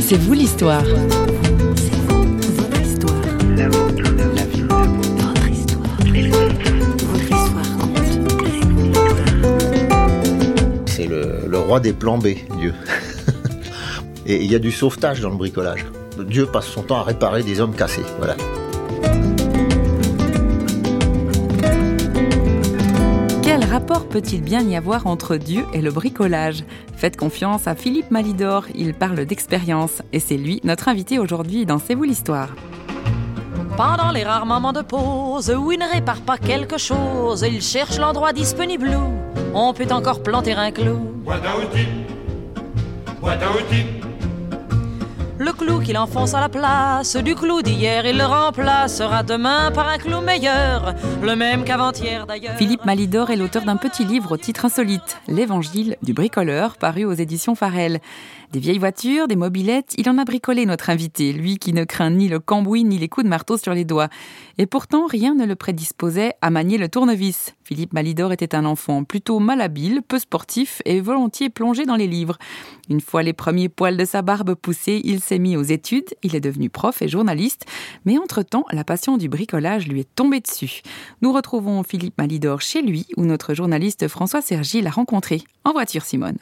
C'est vous l'histoire. C'est le roi des plans B, Dieu. Et il y a du sauvetage dans le bricolage. Dieu passe son temps à réparer des hommes cassés, voilà. Quel rapport peut-il bien y avoir entre Dieu et le bricolage ? Faites confiance à Philippe Malidor, il parle d'expérience. Et c'est lui, notre invité aujourd'hui dans C'est vous l'histoire. Pendant les rares moments de pause où il ne répare pas quelque chose, il cherche l'endroit disponible où on peut encore planter un clou. Boîte à outils, boîte à outils. Le clou qu'il enfonce à la place du clou d'hier, il le remplacera demain par un clou meilleur, le même qu'avant-hier d'ailleurs. Philippe Malidor est l'auteur d'un petit livre au titre insolite, L'Évangile du bricoleur, paru aux éditions Farel. Des vieilles voitures, des mobylettes, il en a bricolé notre invité, lui qui ne craint ni le cambouis ni les coups de marteau sur les doigts. Et pourtant, rien ne le prédisposait à manier le tournevis. Philippe Malidor était un enfant plutôt malhabile, peu sportif et volontiers plongé dans les livres. Une fois les premiers poils de sa barbe poussés, il s'est mis aux études, il est devenu prof et journaliste, mais entre-temps, la passion du bricolage lui est tombée dessus. Nous retrouvons Philippe Malidor chez lui, où notre journaliste François Sergi l'a rencontré. En voiture, Simone.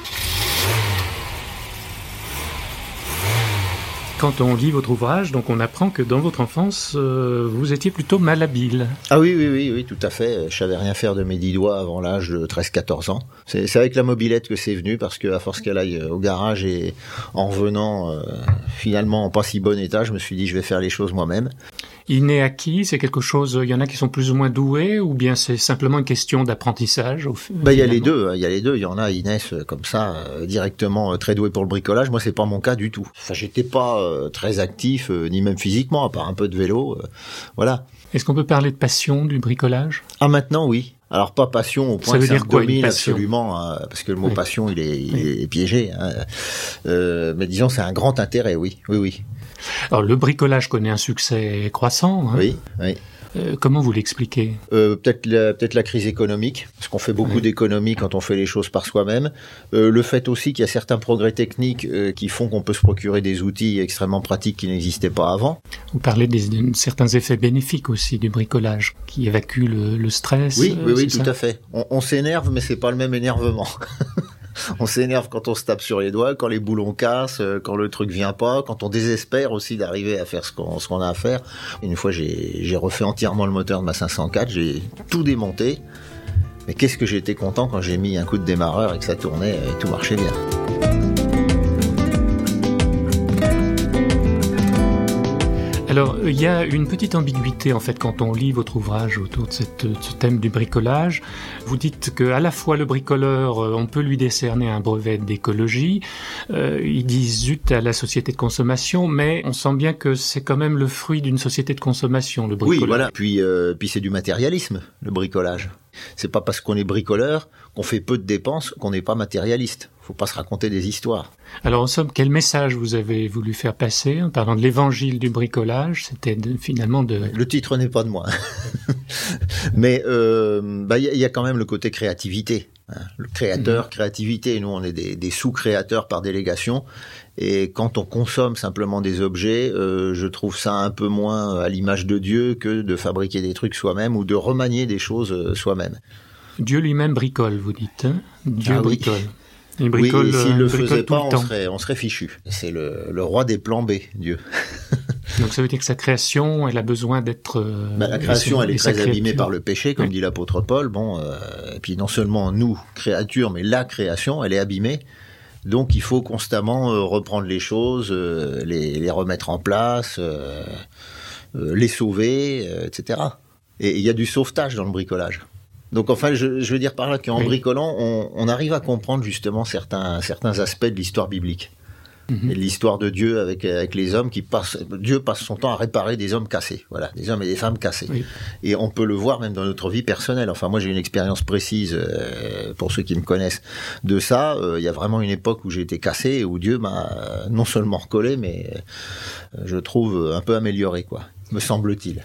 Quand on lit votre ouvrage, donc on apprend que dans votre enfance, vous étiez plutôt malhabile. Ah oui, tout à fait. Je savais rien faire de mes 10 doigts avant l'âge de 13-14 ans. C'est avec la mobilette que c'est venu, parce que à force qu'elle aille au garage et en revenant finalement en pas si bon état, je me suis dit je vais faire les choses moi-même. Inné acquis, c'est quelque chose, il y en a qui sont plus ou moins doués, ou bien c'est simplement une question d'apprentissage Il y a les deux, il y en a, ils naissent comme ça, directement très doués pour le bricolage. Moi, c'est pas mon cas du tout. Enfin, j'étais pas très actif, ni même physiquement, à part un peu de vélo, voilà. Est-ce qu'on peut parler de passion du bricolage ? Ah, maintenant, oui. Alors, pas passion au point que ça me domine absolument, parce que le mot passion, il est piégé. Mais disons, c'est un grand intérêt, oui. Alors, le bricolage connaît un succès croissant. Hein. Oui. Comment vous l'expliquez ? Peut-être la crise économique, parce qu'on fait beaucoup d'économies quand on fait les choses par soi-même. Le fait aussi qu'il y a certains progrès techniques qui font qu'on peut se procurer des outils extrêmement pratiques qui n'existaient pas avant. Vous parlez de certains effets bénéfiques aussi du bricolage, qui évacuent le stress. Oui, tout à fait. On s'énerve, mais c'est pas le même énervement. On s'énerve quand on se tape sur les doigts, quand les boulons cassent, quand le truc vient pas, quand on désespère aussi d'arriver à faire ce qu'on a à faire. Une fois, j'ai refait entièrement le moteur de ma 504, j'ai tout démonté. Mais qu'est-ce que j'étais content quand j'ai mis un coup de démarreur et que ça tournait et tout marchait bien. Alors, il y a une petite ambiguïté, en fait, quand on lit votre ouvrage autour de ce thème du bricolage. Vous dites qu'à la fois le bricoleur, on peut lui décerner un brevet d'écologie. Ils disent zut à la société de consommation, mais on sent bien que c'est quand même le fruit d'une société de consommation, le bricolage. Oui, voilà. Puis c'est du matérialisme, le bricolage. C'est pas parce qu'on est bricoleur, qu'on fait peu de dépenses, qu'on n'est pas matérialiste. Faut pas se raconter des histoires. Alors en somme, quel message vous avez voulu faire passer en parlant de l'évangile du bricolage ? C'était finalement de... Le titre n'est pas de moi. Mais y a quand même le côté créativité. Hein. Le créateur, créativité. Nous, on est des sous-créateurs par délégation. Et quand on consomme simplement des objets, je trouve ça un peu moins à l'image de Dieu que de fabriquer des trucs soi-même ou de remanier des choses soi-même. Dieu lui-même bricole, vous dites. Hein ? Dieu bricole. Oui. Il bricole, et s'il ne le faisait pas, on serait fichu. C'est le roi des plans B, Dieu. Donc ça veut dire que sa création, elle a besoin d'être... la création, elle est très abîmée par le péché, comme dit l'apôtre Paul. Et puis non seulement nous, créatures, mais la création, elle est abîmée. Donc il faut constamment reprendre les choses, les remettre en place, les sauver, etc. Et il y a du sauvetage dans le bricolage. Donc enfin, je veux dire par là qu'en bricolant, on arrive à comprendre justement certains aspects de l'histoire biblique. Et de l'histoire de Dieu avec les hommes Dieu passe son temps à réparer des hommes cassés. Voilà, des hommes et des femmes cassés. Oui. Et on peut le voir même dans notre vie personnelle. Enfin, moi, j'ai une expérience précise, pour ceux qui me connaissent, de ça. Il y a vraiment une époque où j'ai été cassé et où Dieu m'a non seulement recollé, mais je trouve un peu amélioré, quoi, me semble-t-il.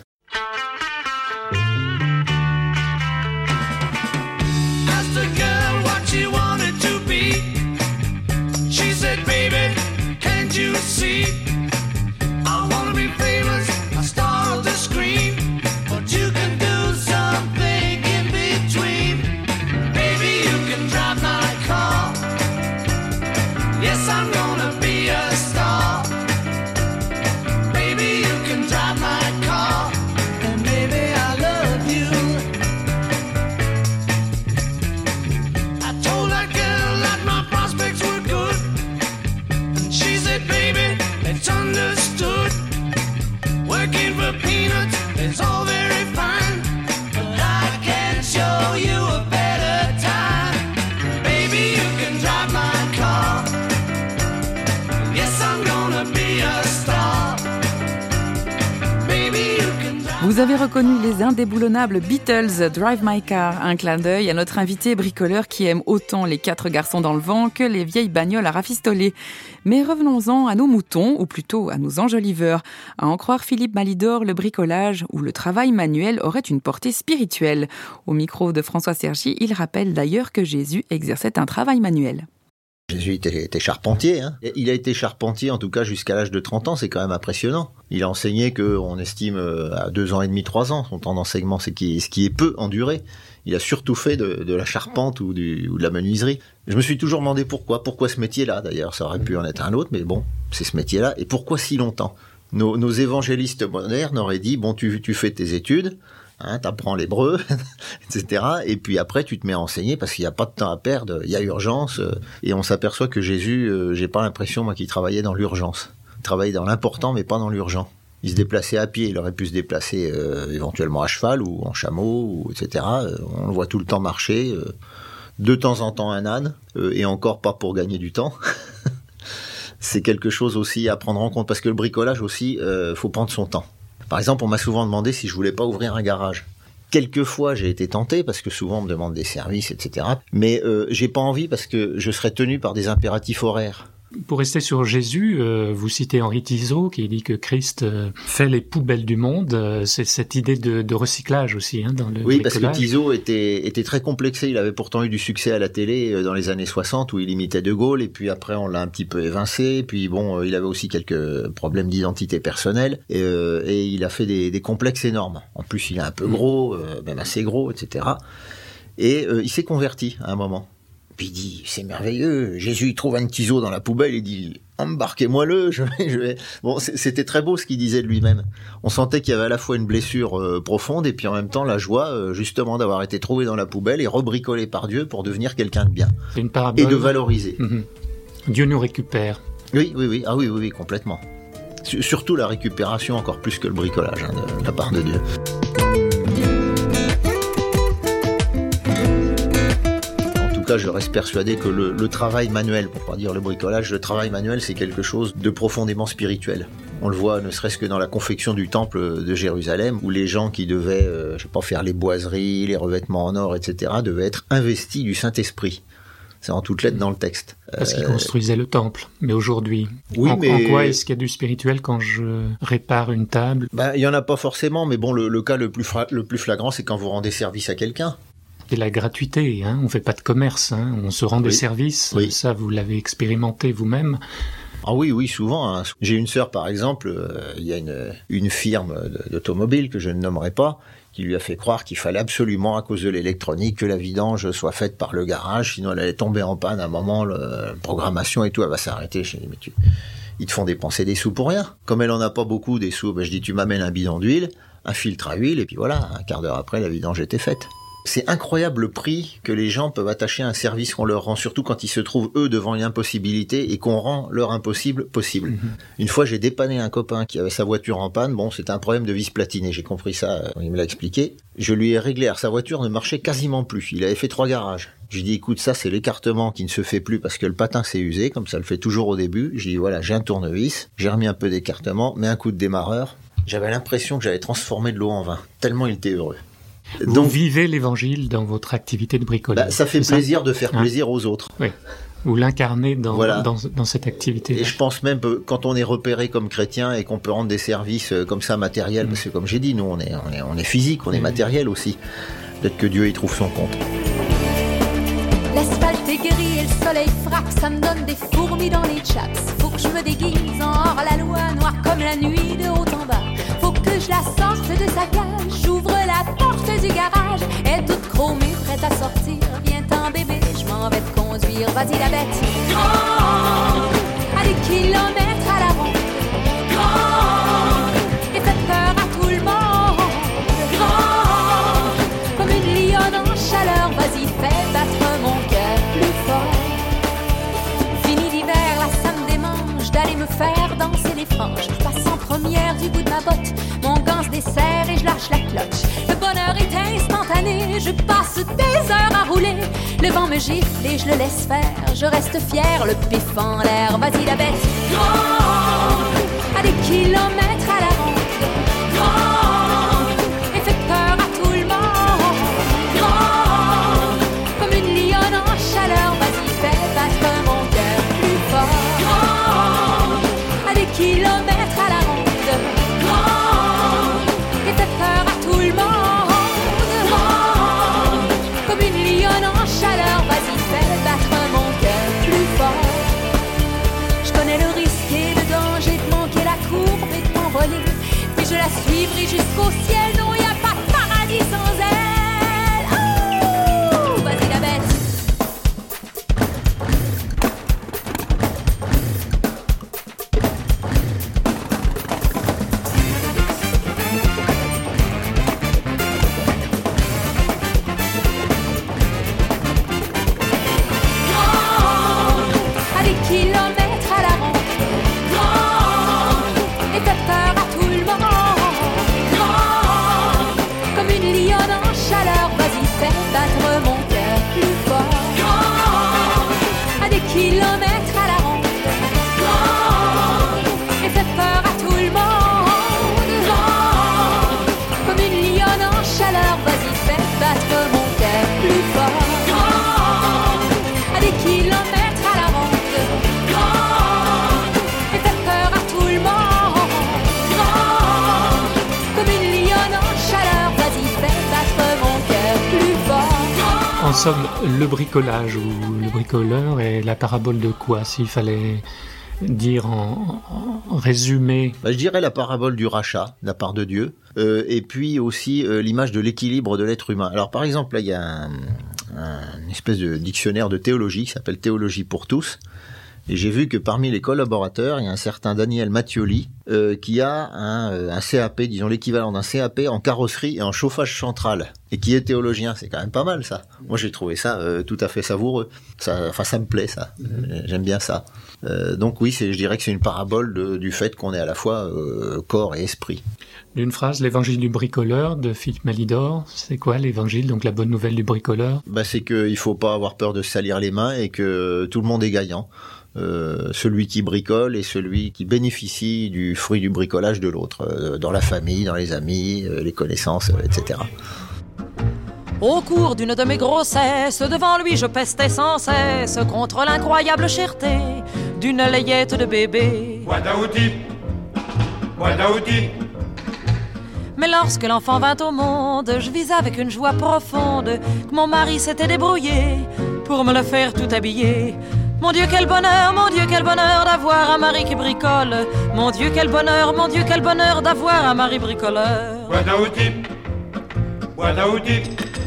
She wanted to be. She said, baby, can't can't you see? I wanna be famous, a star of the screen, but you can do something in between. Baby, you can drive my car. Yes, I'm gonna be a star. Baby, you can drive my car, and baby, I love you. I told that girl that my prospects were good, and she said, baby, it's understood. Working for peanuts is all very fine, but I can show you a better time. Baby, you can drive my car. Yes, I'm gonna be a star. Baby, you can drive. Vous avez reconnu les indéboulonnables Beatles, Drive My Car, un clin d'œil à notre invité bricoleur qui aime autant les 4 garçons dans le vent que les vieilles bagnoles à rafistoler. Mais revenons-en à nos moutons, ou plutôt à nos enjoliveurs. À en croire Philippe Malidor, le bricolage ou le travail manuel aurait une portée spirituelle. Au micro de François Sergi, il rappelle d'ailleurs que Jésus exerçait un travail manuel. Jésus était charpentier. Hein. Il a été charpentier, en tout cas, jusqu'à l'âge de 30 ans. C'est quand même impressionnant. Il a enseigné qu'on estime à 2 ans et demi, 3 ans, son temps d'enseignement, ce qui est peu en durée. Il a surtout fait de la charpente ou de la menuiserie. Je me suis toujours demandé pourquoi ce métier-là, d'ailleurs. Ça aurait pu en être un autre, mais bon, c'est ce métier-là. Et pourquoi si longtemps ? Nos évangélistes modernes auraient dit, bon, tu fais tes études, hein, t'apprends l'hébreu, etc. Et puis après, tu te mets à enseigner parce qu'il n'y a pas de temps à perdre, il y a urgence. Et on s'aperçoit que Jésus, j'ai pas l'impression, moi, qu'il travaillait dans l'urgence. Il travaillait dans l'important, mais pas dans l'urgent. Il se déplaçait à pied, il aurait pu se déplacer éventuellement à cheval ou en chameau, etc. On le voit tout le temps marcher, de temps en temps un âne, et encore pas pour gagner du temps. C'est quelque chose aussi à prendre en compte, parce que le bricolage aussi, faut prendre son temps. Par exemple, on m'a souvent demandé si je voulais pas ouvrir un garage. Quelquefois, j'ai été tenté, parce que souvent on me demande des services, etc. Mais j'ai pas envie, parce que je serais tenu par des impératifs horaires. Pour rester sur Jésus, vous citez Henri Tizot qui dit que Christ fait les poubelles du monde. C'est cette idée de recyclage aussi dans le Oui, bricolage. parce que Tizot était très complexé. Il avait pourtant eu du succès à la télé dans les années 60 où il imitait De Gaulle, et puis après on l'a un petit peu évincé. Puis bon, il avait aussi quelques problèmes d'identité personnelle, et il a fait des complexes énormes. En plus, il est un peu gros, même assez gros, etc. Et il s'est converti à un moment. Puis il dit, c'est merveilleux, Jésus il trouve un Tizot dans la poubelle, il dit, embarquez-moi-le, je vais. Bon, c'était très beau ce qu'il disait de lui-même. On sentait qu'il y avait à la fois une blessure profonde, et puis en même temps la joie, justement, d'avoir été trouvé dans la poubelle et rebricolé par Dieu pour devenir quelqu'un de bien. C'est une parabole. Et de valoriser. Dieu nous récupère. Oui. Ah oui, complètement. Surtout la récupération, encore plus que le bricolage, de la part de Dieu. En tout cas, je reste persuadé que le travail manuel, pour pas dire le bricolage, le travail manuel, c'est quelque chose de profondément spirituel. On le voit ne serait-ce que dans la confection du temple de Jérusalem, où les gens qui devaient, faire les boiseries, les revêtements en or, etc., devaient être investis du Saint-Esprit. C'est en toutes lettres dans le texte. Parce qu'ils construisaient le temple. Mais aujourd'hui, en quoi est-ce qu'il y a du spirituel quand je répare une table ? Il y en a pas forcément, mais bon, le cas le plus flagrant, c'est quand vous rendez service à quelqu'un. Et la gratuité, on fait pas de commerce, on se rend des services, ça vous l'avez expérimenté vous-même. Ah oui, souvent. J'ai une sœur, par exemple, il y a une firme d'automobile que je ne nommerai pas, qui lui a fait croire qu'il fallait absolument, à cause de l'électronique, que la vidange soit faite par le garage, sinon elle allait tomber en panne à un moment, la programmation et tout, elle va s'arrêter. Je dis, mais ils te font dépenser des sous pour rien. Comme elle en a pas beaucoup des sous, je dis, tu m'amènes un bidon d'huile, un filtre à huile, et puis voilà, un quart d'heure après, la vidange était faite. C'est incroyable le prix que les gens peuvent attacher à un service qu'on leur rend, surtout quand ils se trouvent, eux, devant une impossibilité et qu'on rend leur impossible possible. Une fois, j'ai dépanné un copain qui avait sa voiture en panne. Bon, c'était un problème de vis platinée. J'ai compris ça, il me l'a expliqué. Je lui ai réglé. Alors, sa voiture ne marchait quasiment plus. Il avait fait 3 garages. J'ai dit, écoute, ça, c'est l'écartement qui ne se fait plus parce que le patin s'est usé, comme ça le fait toujours au début. J'ai dit, voilà, j'ai un tournevis. J'ai remis un peu d'écartement, mais un coup de démarreur. J'avais l'impression que j'avais transformé de l'eau en vin. Tellement il était heureux. Vous vivez l'évangile dans votre activité de bricolage. Ça fait plaisir de faire plaisir aux autres. Oui. Vous l'incarnez dans cette activité. Et je pense même que quand on est repéré comme chrétien et qu'on peut rendre des services comme ça matériels, parce que comme j'ai dit, nous on est physique, on est matériel aussi. Peut-être que Dieu y trouve son compte. L'asphalte est guéri et le soleil frappe, ça me donne des fourmis dans les chaps. Faut que je me déguise à sortir. Viens-t'en bébé, je m'en vais te conduire. Vas-y la bête, grande, à des kilomètres à la ronde, grande, et faites peur à tout le monde, grande, comme une lionne en chaleur. Vas-y, fais battre mon cœur plus fort. Fini l'hiver, là ça me démange d'aller me faire danser les franges. Je passe en première du bout de ma botte, mon gant se desserre et je lâche la cloche. Le bonheur est instantané, je passe des heures à rouler. Le vent me gifle et je le laisse faire, je reste fier, le pif en l'air. Vas-y la bête, grande, à des kilomètres à la ronde, grande, et fait peur à tout le monde, grande, comme une lionne en chaleur. Vas-y, fais battre mon cœur plus fort, grande, à des kilomètres à la ronde, grande, et fait peur à tout le monde, grande, comme une lionne en chaleur. Vas-y, fais battre mon cœur plus fort. Je connais le risque et le danger de manquer la courbe et de m'envoler, mais je la suivrai jusqu'au ciel. Non, y a pas de paradis sans elle. Oh, vas-y la bête. Grande, à des kilomètres à la ronde, grande, et fait peur à tout le monde, grande, comme une lionne en chaleur. Vas-y, fais battre mon cœur plus fort, grande, à des kilomètres à la ronde, grande, et fait peur à tout le monde, grande, comme une lionne en chaleur. Vas-y, fais battre mon cœur plus fort, grande, à des kilomètres à la ronde, grande, et fait peur à tout le monde, grande, comme une lionne en chaleur. Vas-y, fais battre mon cœur plus fort. En somme, le bricolage ou le bricoleur est la parabole de quoi, s'il fallait dire en résumé? Je dirais la parabole du rachat de la part de Dieu, et puis aussi l'image de l'équilibre de l'être humain. Alors par exemple, là, il y a une espèce de dictionnaire de théologie qui s'appelle Théologie pour tous, et j'ai vu que parmi les collaborateurs, il y a un certain Daniel Mattioli qui a un CAP, disons l'équivalent d'un CAP en carrosserie et en chauffage central, et qui est théologien. C'est quand même pas mal ça. Moi j'ai trouvé ça tout à fait savoureux. Ça me plaît ça. J'aime bien ça. Donc oui, je dirais que c'est une parabole du fait qu'on est à la fois corps et esprit. D'une phrase, l'évangile du bricoleur de Philippe Malidor, c'est quoi l'évangile, donc la bonne nouvelle du bricoleur? C'est qu'il faut pas avoir peur de se salir les mains et que tout le monde est gagnant. Celui qui bricole et celui qui bénéficie du fruit du bricolage de l'autre, dans la famille, dans les amis, les connaissances, etc. Au cours d'une de mes grossesses, devant lui je pestais sans cesse contre l'incroyable cherté d'une layette de bébé. Wadaouti, Wadaouti. Mais lorsque l'enfant vint au monde, je vis avec une joie profonde que mon mari s'était débrouillé pour me le faire tout habiller. Mon Dieu, quel bonheur d'avoir un mari qui bricole. Mon Dieu, quel bonheur d'avoir un mari bricoleur. Wadaouti, Wadaouti.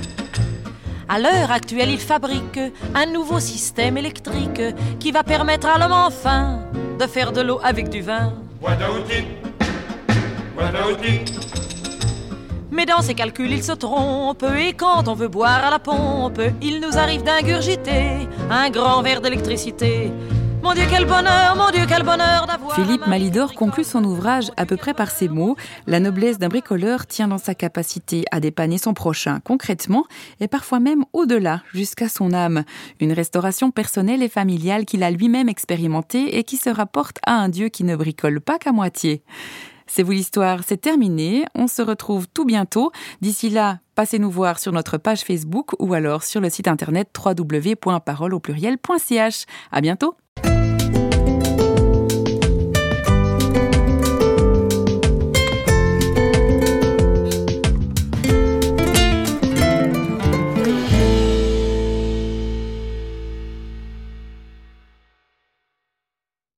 À l'heure actuelle, il fabrique un nouveau système électrique qui va permettre à l'homme enfin de faire de l'eau avec du vin. Wadaouti, Wadaouti. Mais dans ses calculs, il se trompe, et quand on veut boire à la pompe, il nous arrive d'ingurgiter un grand verre d'électricité. Mon Dieu, quel bonheur d'avoir... Philippe Malidor conclut son ouvrage à peu près par ces mots. La noblesse d'un bricoleur tient dans sa capacité à dépanner son prochain concrètement et parfois même au-delà, jusqu'à son âme. Une restauration personnelle et familiale qu'il a lui-même expérimentée et qui se rapporte à un Dieu qui ne bricole pas qu'à moitié. C'est vous l'histoire, c'est terminé. On se retrouve tout bientôt. D'ici là, passez nous voir sur notre page Facebook ou alors sur le site internet www.parole@ch. À bientôt.